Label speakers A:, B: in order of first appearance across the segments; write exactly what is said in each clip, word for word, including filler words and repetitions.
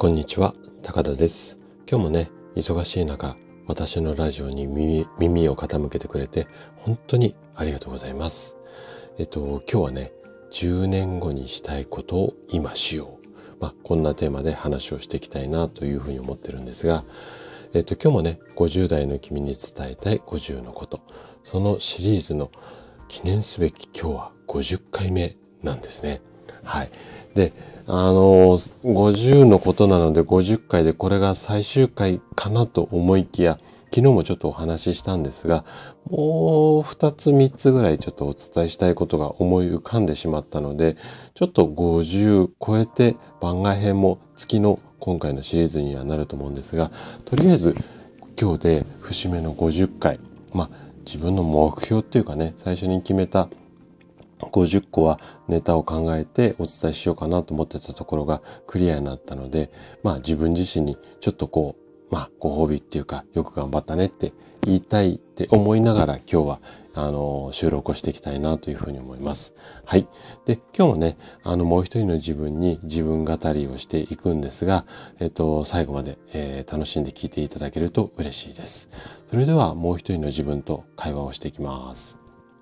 A: んにちは、高田です。今日もね、忙しい中、私のラジオに 耳, 耳を傾けてくれて本当にありがとうございます。えっと、今日はね、じゅうねんごにしたいことを今しよう。まあ、こんなテーマで話をしていきたいなというふうに思ってるんですが、えっと、今日もね、ごじゅう代の君に伝えたいごじゅうのこと。そのシリーズの記念すべき今日はごじゅっかいめなんですね。はい。で、あの、ごじゅうのことなのでごじゅっかいでこれが最終回かなと思いきや、昨日もちょっとお話ししたんですが、もうふたつみっつぐらいちょっとお伝えしたいことが思い浮かんでしまったので、ちょっとごじゅう超えて番外編も月の今回のシリーズにはなると思うんですが、とりあえず今日で節目のごじゅっかい、まあ自分の目標っていうかね、最初に決めたごじゅっこはネタを考えてお伝えしようかなと思ってたところがクリアになったので、まあ自分自身にちょっとこう、まあご褒美っていうか、よく頑張ったねって言いたいって思いながら今日はあの収録をしていきたいなというふうに思います。はい。で、今日もね、あのもう一人の自分に自分語りをしていくんですが、えっと、最後まで、えー、楽しんで聞いていただけると嬉しいです。それではもう一人の自分と会話をしていきます。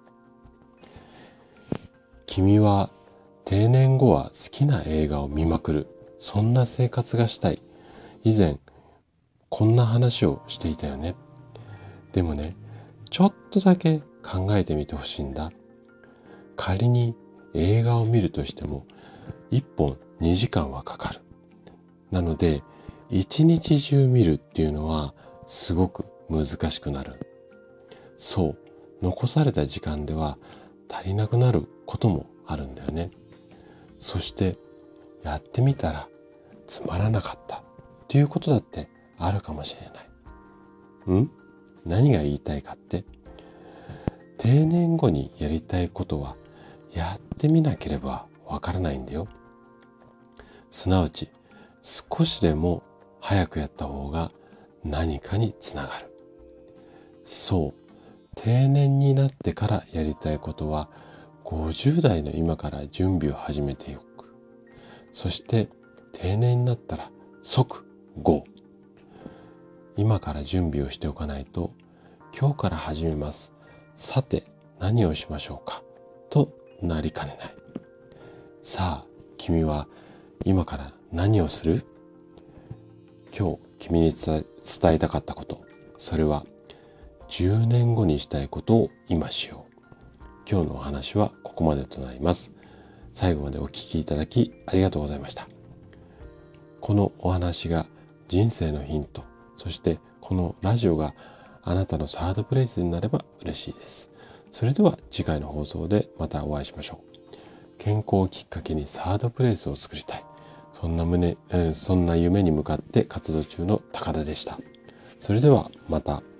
A: 君は定年後は好きな映画を見まくる。そんな生活がしたい。以前、こんな話をしていたよね。でもね、ちょっとだけ考えてみてほしいんだ。仮に映画を見るとしても、いっぽんにじかんはかかる。なので、一日中見るっていうのはすごく難しくなる。そう、残された時間では足りなくなることもあるんだよね。そしてやってみたらつまらなかったっていうことだってあるかもしれない。ん？何が言いたいかって、定年後にやりたいことはやってみなければわからないんだよ。すなわち少しでも早くやった方が何かにつながる。そう、定年になってからやりたいことはごじゅう代の今から準備を始めておく。そして定年になったら即 ゴー。今から準備をしておかないと、今日から始めます。さて何をしましょうかとなりかねない。さあ君は今から何をする？今日君に伝えたかったこと、それはじゅうねんごにしたいことを今しよう。今日のお話はここまでとなります。最後までお聞きいただきありがとうございました。このお話が人生のヒント、そしてこのラジオがあなたのサードプレイスになれば嬉しいです。それでは次回の放送でまたお会いしましょう。健康をきっかけにサードプレイスを作りたい。そんな胸、えー、そんな夢に向かって活動中の高田でした。それではまた。